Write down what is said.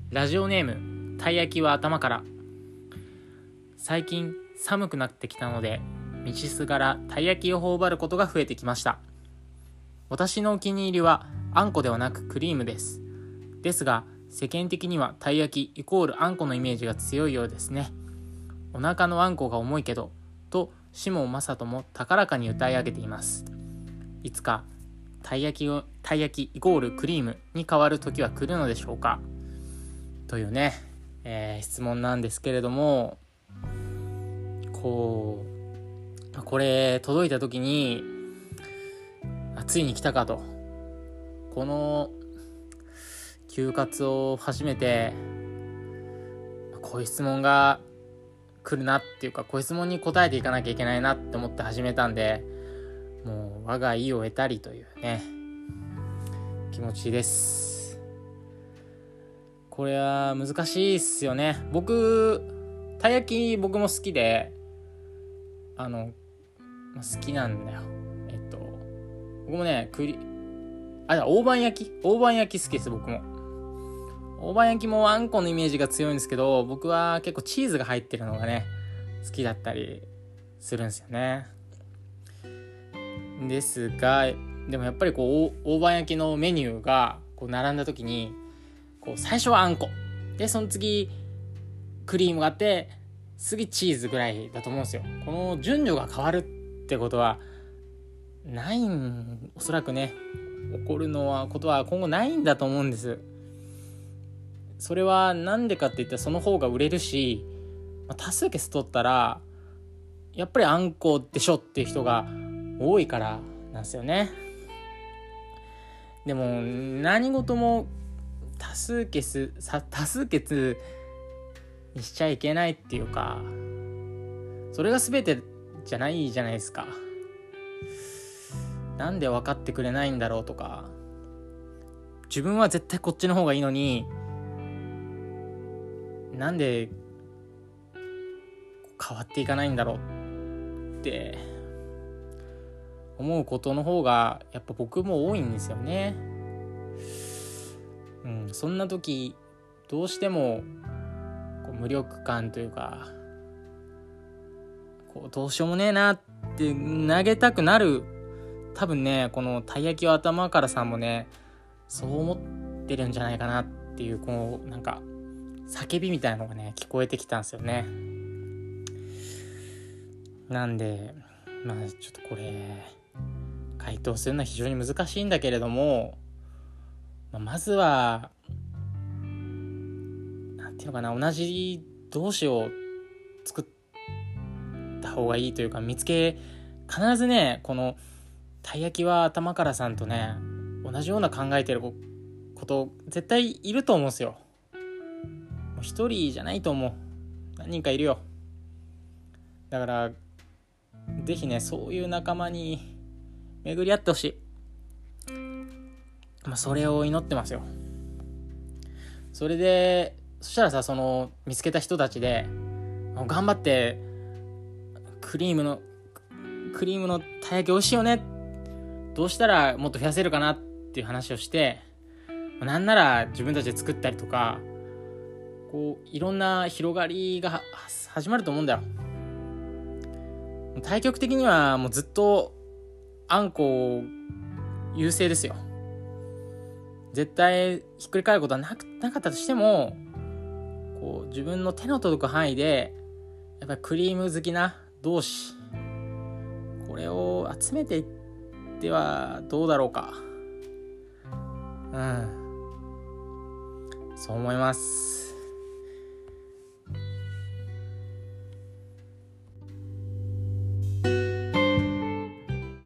ラジオネームたい焼きは頭から。最近寒くなってきたので、道すがらたい焼きを頬張ることが増えてきました。私のお気に入りはあんこではなくクリームです。ですが世間的にはたい焼きイコールあんこのイメージが強いようですね。お腹のあんこが重いけどと下尾正人も高らかに歌い上げています。いつかたい焼きイコールクリームに変わる時は来るのでしょうか、というね、質問なんですけれども、これ届いた時についに来たかと、この休活を始めてこういう質問が来るなっていうか、こういう質問に答えていかなきゃいけないなって思って始めたんで、もう我が意を得たりというね気持ちです。これは難しいっすよね。たい焼き僕も好きで好きなんだよ。僕もね大判焼き好きです。僕も大判焼きもあんこのイメージが強いんですけど、僕は結構チーズが入ってるのがね好きだったりするんですよね。ですがでもやっぱり大判焼きのメニューが並んだ時に最初はあんこで、その次クリームがあって、次チーズぐらいだと思うんですよ。この順序が変わるってことはおそらくね起こることは今後ないんだと思うんです。それはなんでかって言ったら、その方が売れるし、多数決取ったらやっぱりあんこでしょっていう人が多いからなんですよね。でも何事も多数決にしちゃいけないっていうか、それが全てじゃないじゃないですか。なんで分かってくれないんだろうとか、自分は絶対こっちの方がいいのになんで変わっていかないんだろうって思うことの方がやっぱ僕も多いんですよね。そんな時どうしても無力感というか、どうしようもねえなって投げたくなる。多分ねこのたい焼きは頭からさんもねそう思ってるんじゃないかなっていう、なんか叫びみたいなのがね聞こえてきたんですよね。なんでちょっとこれ回答するのは非常に難しいんだけれども、まずはなんていうのかな、同じ同士を作った方がいいというか、必ずねこのたい焼きは頭からさんとね同じような考えてること絶対いると思うんですよ。一人じゃないと思う。何人かいるよ。だからぜひねそういう仲間に巡り合ってほしい。それを祈ってますよ。そしたらさ、見つけた人たちで頑張ってクリームのたい焼き美味しいよね、どうしたらもっと増やせるかなっていう話をして、なんなら自分たちで作ったりとか、いろんな広がりが始まると思うんだよ。対極的にはもうずっとあんこ優勢ですよ。絶対ひっくり返ることはなかったとしても、自分の手の届く範囲でやっぱりクリーム好きな同士、これを集めていってはどうだろうか。そう思います。